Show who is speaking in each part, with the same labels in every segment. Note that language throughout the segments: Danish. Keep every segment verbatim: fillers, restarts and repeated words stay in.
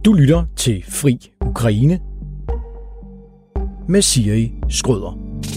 Speaker 1: Du lytter til Fri Ukraine med Siri Skrøder.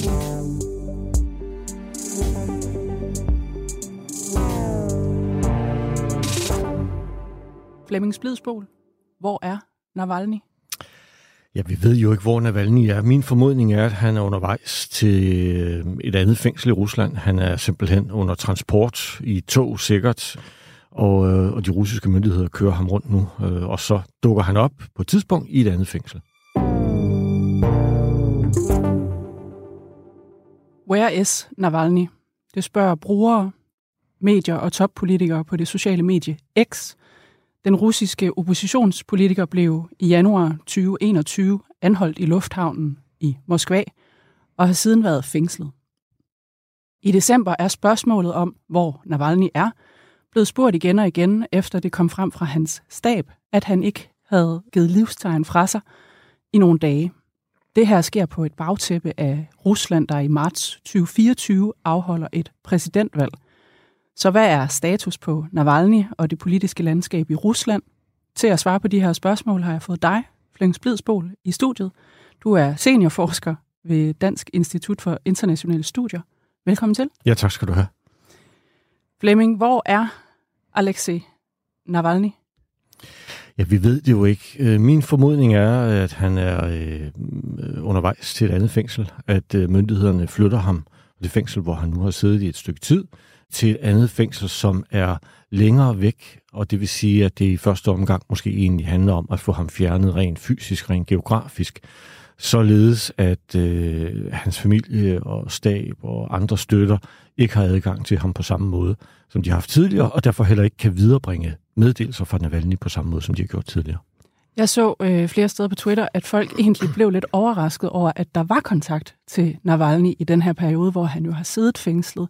Speaker 2: Flemming Splidsbol, hvor er Navalny?
Speaker 3: Ja, vi ved jo ikke, hvor Navalny er. Min formodning er, at han er undervejs til et andet fængsel i Rusland. Han er simpelthen under transport i tog sikkert, og, og de russiske myndigheder kører ham rundt nu. Og så dukker han op på et tidspunkt i et andet fængsel.
Speaker 2: Where is Navalny? Det spørger brugere, medier og toppolitikere på det sociale medie X. Den russiske oppositionspolitiker blev i januar tyve enogtyve anholdt i lufthavnen i Moskva og har siden været fængslet. I december er spørgsmålet om, hvor Navalny er, blevet spurgt igen og igen, efter det kom frem fra hans stab, at han ikke havde givet livstegn fra sig i nogle dage. Det her sker på et bagtæppe af Rusland, der i marts tyve fireogtyve afholder et præsidentvalg. Så hvad er status på Navalny og det politiske landskab i Rusland? Til at svare på de her spørgsmål har jeg fået dig, Flemming Splidsbol, i studiet. Du er seniorforsker ved Dansk Institut for Internationale Studier. Velkommen til.
Speaker 3: Ja, tak skal du have.
Speaker 2: Flemming, hvor er Alexei Navalny?
Speaker 3: Ja, vi ved det jo ikke. Min formodning er, at han er øh, undervejs til et andet fængsel, at øh, myndighederne flytter ham, det fængsel, hvor han nu har siddet i et stykke tid, til et andet fængsel, som er længere væk, og det vil sige, at det i første omgang måske egentlig handler om at få ham fjernet rent fysisk, rent geografisk, således at øh, hans familie og stab og andre støtter ikke har adgang til ham på samme måde, som de har haft tidligere, og derfor heller ikke kan viderebringe meddelelser fra Navalny på samme måde, som de har gjort tidligere.
Speaker 2: Jeg så øh, flere steder på Twitter, at folk egentlig blev lidt overrasket over, at der var kontakt til Navalny i den her periode, hvor han jo har siddet fængslet.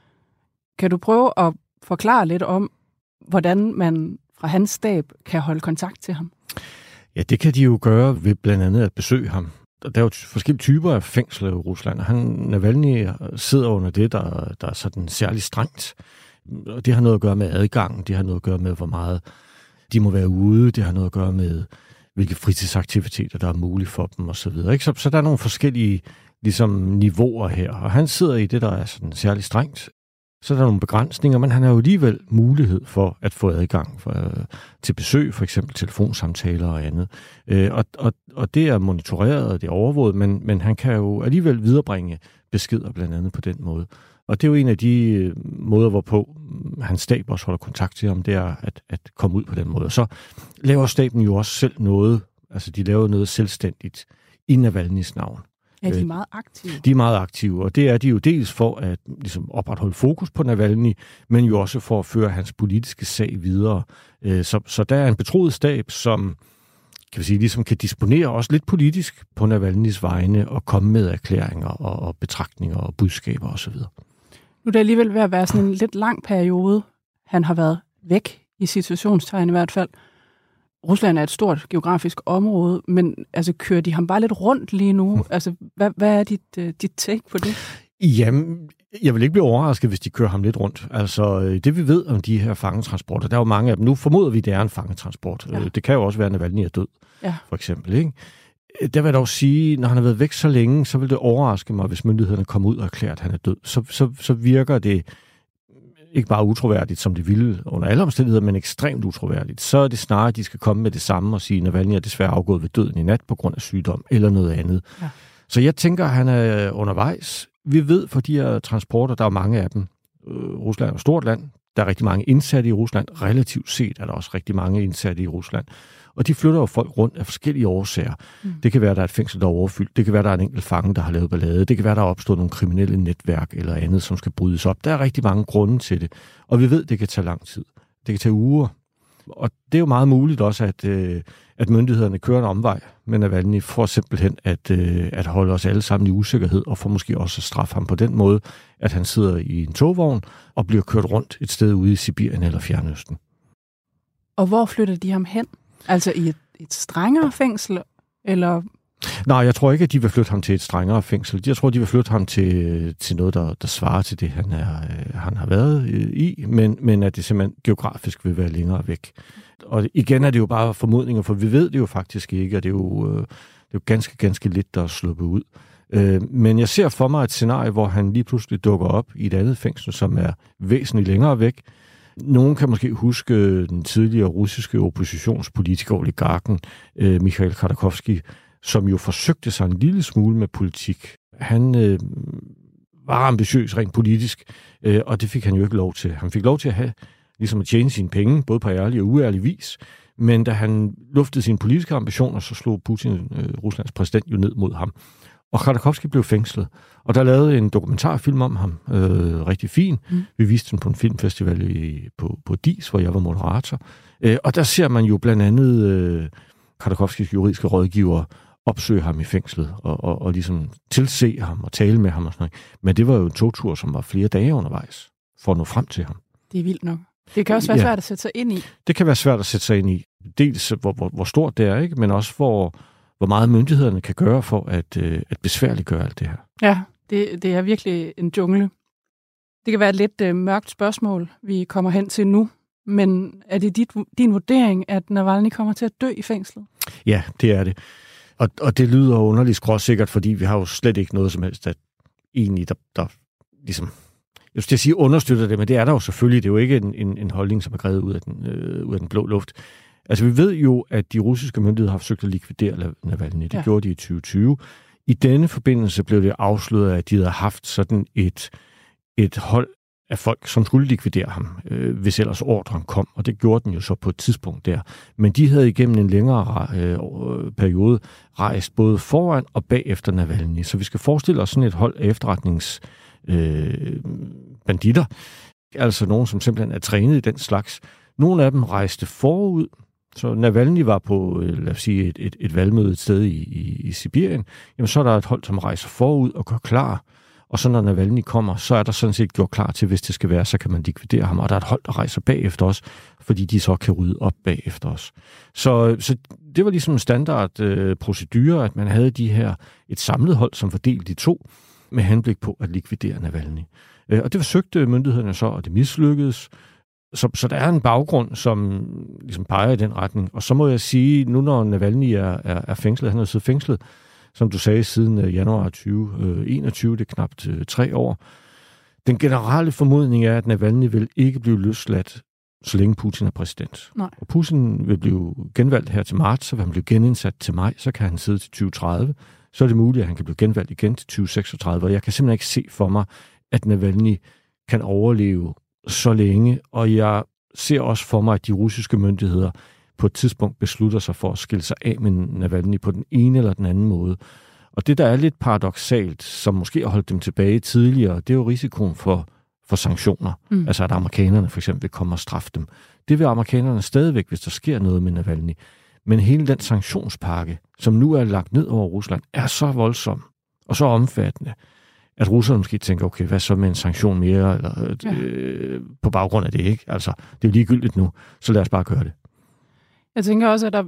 Speaker 2: Kan du prøve at forklare lidt om, hvordan man fra hans stab kan holde kontakt til ham?
Speaker 3: Ja, det kan de jo gøre ved blandt andet at besøge ham. Der er jo forskellige typer af fængsler i Rusland, og han, Navalny sidder under det, der, der er sådan særligt strengt. Og det har noget at gøre med adgangen, det har noget at gøre med, hvor meget de må være ude, det har noget at gøre med, hvilke fritidsaktiviteter, der er mulige for dem osv. Så, så der er nogle forskellige ligesom, niveauer her, og han sidder i det, der er sådan særligt strengt. Så er der nogle begrænsninger, men han har jo alligevel mulighed for at få adgang for, øh, til besøg, for eksempel telefonsamtaler og andet. Øh, og, og, og det er monitoreret, og det er overvåget, men, men han kan jo alligevel viderebringe beskeder blandt andet på den måde. Og det er jo en af de øh, måder, hvorpå hans stab også holder kontakt til ham, det er at, at komme ud på den måde. Og så laver staben jo også selv noget, altså de laver noget selvstændigt i Navalnys navn.
Speaker 2: Ja, de er meget aktive.
Speaker 3: De er meget aktive, og det er de jo dels for at ligesom, opretholde fokus på Navalny, men jo også for at føre hans politiske sag videre. Så, så der er en betroet stab, som kan, vi sige, ligesom kan disponere også lidt politisk på Navalnys vegne og komme med erklæringer og, og betragtninger og budskaber osv. Nu
Speaker 2: er det alligevel ved at være sådan en lidt lang periode, han har været væk, i situationstegn i hvert fald. Rusland er et stort geografisk område, men altså, kører de ham bare lidt rundt lige nu? Hmm. Altså, hvad, hvad er dit, uh, dit take på det?
Speaker 3: Jamen, jeg vil ikke blive overrasket, hvis de kører ham lidt rundt. Altså, det vi ved om de her fangetransporter, der er jo mange af dem. Nu formoder vi, det er en fangetransport. Ja. Det kan jo også være, at Navalny er død, ja. For eksempel. Ikke? Der vil jeg dog sige, når han har været væk så længe, så vil det overraske mig, hvis myndighederne kommer ud og erklærer, at han er død. Så, så, så virker det ikke bare utroværdigt, som det ville under alle omstændigheder, men ekstremt utroværdigt. Så er det snarere, at de skal komme med det samme og sige, at Navalny er desværre afgået ved døden i nat på grund af sygdom eller noget andet. Ja. Så jeg tænker, at han er undervejs. Vi ved for de her transporter, der er mange af dem. Rusland er et stort land. Der er rigtig mange indsatte i Rusland. Relativt set er der også rigtig mange indsatte i Rusland. Og de flytter jo folk rundt af forskellige årsager. Mm. Det kan være, der er et fængsel, der er overfyldt. Det kan være, der er en enkelt fange, der har lavet ballade. Det kan være, der er opstået nogle kriminelle netværk eller andet, som skal brydes op. Der er rigtig mange grunde til det. Og vi ved, det kan tage lang tid. Det kan tage uger. Og det er jo meget muligt også, at, øh, at myndighederne kører en omvej med Navalny for simpelthen at, øh, at holde os alle sammen i usikkerhed, og for måske også at straffe ham på den måde, at han sidder i en togvogn og bliver kørt rundt et sted ude i Sibirien eller Fjernøsten.
Speaker 2: Og hvor flytter de ham hen? Altså i et, et strengere fængsel, eller?
Speaker 3: Nej, jeg tror ikke, at de vil flytte ham til et strengere fængsel. Jeg tror, de vil flytte ham til, til noget, der, der svarer til det, han, er, han har været i, men, men at det simpelthen geografisk vil være længere væk. og igen er det jo bare formodninger, for vi ved det jo faktisk ikke, og det er jo, øh, det er jo ganske, ganske lidt, der er sluppet ud. Øh, men jeg ser for mig et scenarie, hvor han lige pludselig dukker op i et andet fængsel, som er væsentligt længere væk. Nogen kan måske huske den tidligere russiske oppositionspolitiker, oligarken øh, Mikhail Khodorkovsky, som jo forsøgte sig en lille smule med politik. Han øh, var ambitiøs rent politisk, øh, og det fik han jo ikke lov til. Han fik lov til at have, ligesom at tjene sine penge, både på ærlig og uærlig vis, men da han luftede sine politiske ambitioner, så slog Putin, øh, Ruslands præsident, jo ned mod ham. Og Khodorkovsky blev fængslet, og der lavede en dokumentarfilm om ham, øh, rigtig fin. Mm. Vi viste den på en filmfestival i, på, på D I S, hvor jeg var moderator. Øh, og der ser man jo blandt andet øh, Khodorkovskys juridiske rådgiver opsøge ham i fængslet, og, og, og ligesom tilse ham og tale med ham og sådan noget. Men det var jo en togtur, som var flere dage undervejs, for at nå frem til ham.
Speaker 2: Det er vildt nok. Det kan også være ja. svært at sætte sig ind i.
Speaker 3: Det kan være svært at sætte sig ind i. Dels hvor, hvor, hvor stort det er, ikke? Men også hvor, hvor meget myndighederne kan gøre for at, øh, at besværliggøre alt det her.
Speaker 2: Ja, det, det er virkelig en jungle. Det kan være et lidt øh, mørkt spørgsmål, vi kommer hen til nu. Men er det dit, din vurdering, at Navalny kommer til at dø i fængslet? Ja,
Speaker 3: det er det. Og, og det lyder underligt skråsikkert, fordi vi har jo slet ikke noget som helst, der egentlig, der, der ligesom, jeg skal sige understøtter det, men det er der jo selvfølgelig. Det er jo ikke en, en, en holdning, som er grebet ud af, den, øh, ud af den blå luft. Altså vi ved jo, at de russiske myndigheder har forsøgt at likvidere Navalny. Det ja. gjorde de i tyve tyve. I denne forbindelse blev det afsløret, at de havde haft sådan et, et hold af folk, som skulle likvidere ham, øh, hvis ellers ordren kom, og det gjorde den jo så på et tidspunkt der. Men de havde igennem en længere øh, periode rejst både foran og bagefter Navalny. Så vi skal forestille os sådan et hold af efterretningsbanditter, øh, altså nogen, som simpelthen er trænet i den slags. Nogle af dem rejste forud, så Navalny var på, lad os sige, et, et, et valgmøde et sted i, i, i Sibirien. Jamen så er der et hold, som rejser forud og gør klar. Og så når Navalny kommer, så er der sådan set gjort klar til, hvis det skal være, så kan man likvidere ham. Og der er et hold, der rejser bagefter os, fordi de så kan rydde op bagefter os. Så, så det var ligesom en standard øh, procedure, at man havde de her, et samlet hold, som fordelt i to, med henblik på at likvidere Navalny. Øh, og det forsøgte myndighederne så, og det mislykkedes. Så, så der er en baggrund, som ligesom peger i den retning. Og så må jeg sige, nu når Navalny er, er, er fængslet, han har siddet fængslet, som du sagde, siden januar tyve enogtyve, det er knapt øh, tre år. Den generelle formodning er, at Navalny vil ikke blive løsladt, så længe Putin er præsident.
Speaker 2: Nej.
Speaker 3: Og Putin vil blive genvalgt her til marts, så vil han blive genindsat til maj, så kan han sidde til tyve tredive. Så er det muligt, at han kan blive genvalgt igen til tyve seksogtredive, og jeg kan simpelthen ikke se for mig, at Navalny kan overleve så længe, og jeg ser også for mig, at de russiske myndigheder på et tidspunkt beslutter sig for at skille sig af med Navalny på den ene eller den anden måde. Og det, der er lidt paradoksalt, som måske har holdt dem tilbage tidligere, det er jo risikoen for, for sanktioner. Mm. Altså at amerikanerne for eksempel vil komme og straffe dem. Det vil amerikanerne stadigvæk, hvis der sker noget med Navalny. Men hele den sanktionspakke, som nu er lagt ned over Rusland, er så voldsom og så omfattende, at russerne måske tænker, okay, hvad så med en sanktion mere, eller, ja. øh, på baggrund af det, ikke? Altså, det er jo ligegyldigt nu, så lad os bare gøre det.
Speaker 2: Jeg tænker også, at der,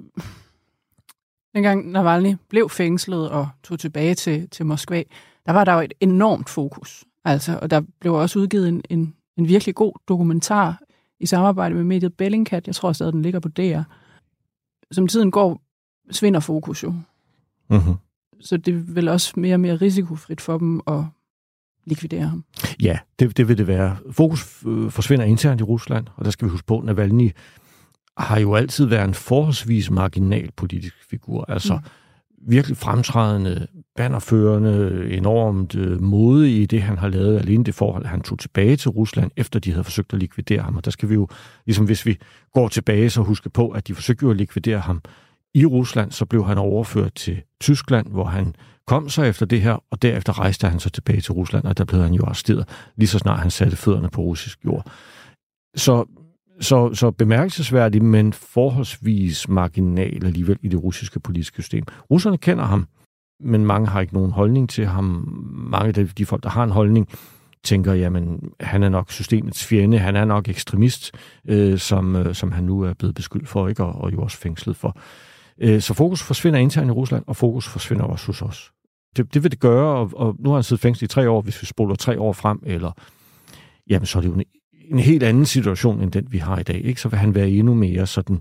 Speaker 2: dengang Navalny blev fængslet og tog tilbage til, til Moskva, der var der jo et enormt fokus. Altså, og der blev også udgivet en, en, en virkelig god dokumentar i samarbejde med mediet Bellingcat. Jeg tror stadig, den ligger på D R. Som tiden går, svinder fokus jo.
Speaker 3: Mm-hmm.
Speaker 2: Så det er vel også mere og mere risikofrit for dem at likvidere ham.
Speaker 3: Ja, det, det vil det være. Fokus forsvinder internt i Rusland, og der skal vi huske på, at Navalny har jo altid været en forholdsvis marginal politisk figur. Altså mm. virkelig fremtrædende, bannerførende, enormt øh, modig i det, han har lavet. Alene det forhold, at han tog tilbage til Rusland, efter de havde forsøgt at likvidere ham. Og der skal vi jo, ligesom hvis vi går tilbage, så huske på, at de forsøgte jo at likvidere ham i Rusland, så blev han overført til Tyskland, hvor han kom så efter det her, og derefter rejste han så tilbage til Rusland, og der blev han jo arresteret, lige så snart han satte fødderne på russisk jord. Så Så, så bemærkelsesværdigt, men forholdsvis marginal alligevel i det russiske politiske system. Russerne kender ham, men mange har ikke nogen holdning til ham. Mange af de folk, der har en holdning, tænker, jamen, han er nok systemets fjende, han er nok ekstremist, øh, som, øh, som han nu er blevet beskyldt for, ikke? Og, og jo også fængslet for. Øh, så fokus forsvinder internt i Rusland, og fokus forsvinder også hos os. Det, det vil det gøre, og, og nu har han siddet fængslet i tre år, hvis vi spoler tre år frem, eller jamen, så er det jo en en helt anden situation, end den vi har i dag, ikke? Så vil han være endnu mere sådan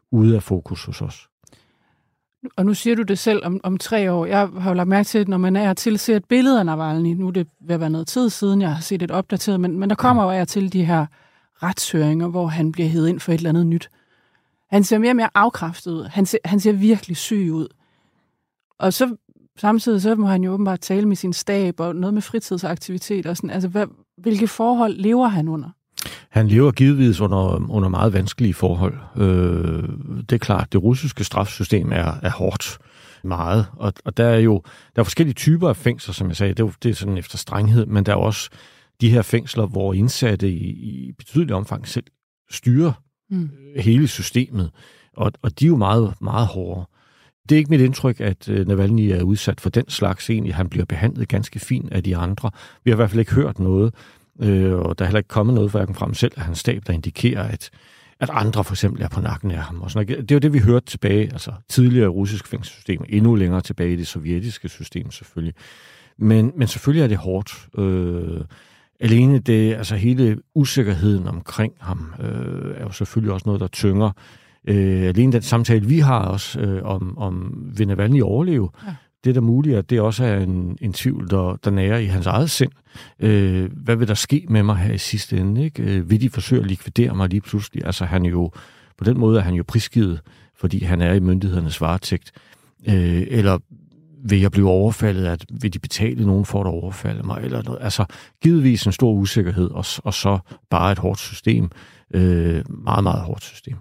Speaker 3: ude af fokus hos os.
Speaker 2: Og nu siger du det selv om, om tre år. Jeg har jo lagt mærke til, at når man er til at se et billede af Navalny, nu er det ved at være noget tid siden, jeg har set et opdateret, men, men der kommer jo af til de her retshøringer, hvor han bliver hævet ind for et eller andet nyt. Han ser mere og mere afkræftet ud. Han ser, han ser virkelig syg ud. Og så samtidig så må han jo åbenbart tale med sin stab og noget med fritidsaktiviteter og sådan. Altså, hvad, hvilke forhold lever han under?
Speaker 3: Han lever givetvis under, under meget vanskelige forhold. Øh, det er klart, det russiske strafsystem er, er hårdt meget, og, og der er jo der er forskellige typer af fængsler, som jeg sagde, det er, det er sådan efter strenghed, men der er også de her fængsler, hvor indsatte i, i betydelig omfang selv styrer mm. hele systemet, og, og de er jo meget, meget hårde. Det er ikke mit indtryk, at Navalny er udsat for den slags egentlig. Han bliver behandlet ganske fint af de andre. Vi har i hvert fald ikke hørt noget, øh, og der er heller ikke kommet noget hverken fra ham selv af hans stab, der indikerer, at, at andre for eksempel er på nakken af ham. Og sådan. Det er jo det, vi hørte tilbage, altså tidligere russisk fængselssystem, endnu længere tilbage i det sovjetiske system selvfølgelig. Men, men selvfølgelig er det hårdt. Øh, alene det, altså hele usikkerheden omkring ham, øh, er jo selvfølgelig også noget, der tynger. Øh, alene den samtale, vi har også øh, om, om vil Navalny overleve, ja. Det der muligt, at det også er en, en tvivl, der, der nærer i hans eget sind. Øh, hvad vil der ske med mig her i sidste ende? Ikke? Øh, vil de forsøge at likvidere mig lige pludselig? Altså han jo, på den måde er han jo prisgivet, fordi han er i myndighedernes varetægt. Øh, eller vil jeg blive overfaldet? At, vil de betale nogen for at overfalde mig? Eller noget? Altså givetvis en stor usikkerhed, og, og så bare et hårdt system. Øh, meget, meget hårdt system.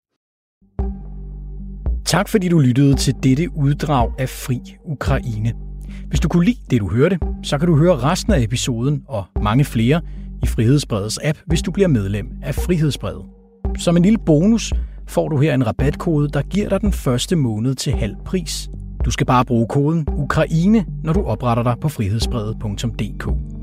Speaker 1: Tak fordi du lyttede til dette uddrag af Fri Ukraine. Hvis du kunne lide det, du hørte, så kan du høre resten af episoden og mange flere i Frihedsbredets app, hvis du bliver medlem af Frihedsbredet. Som en lille bonus får du her en rabatkode, der giver dig den første måned til halv pris. Du skal bare bruge koden Ukraine, når du opretter dig på frihedsbredet punktum d k.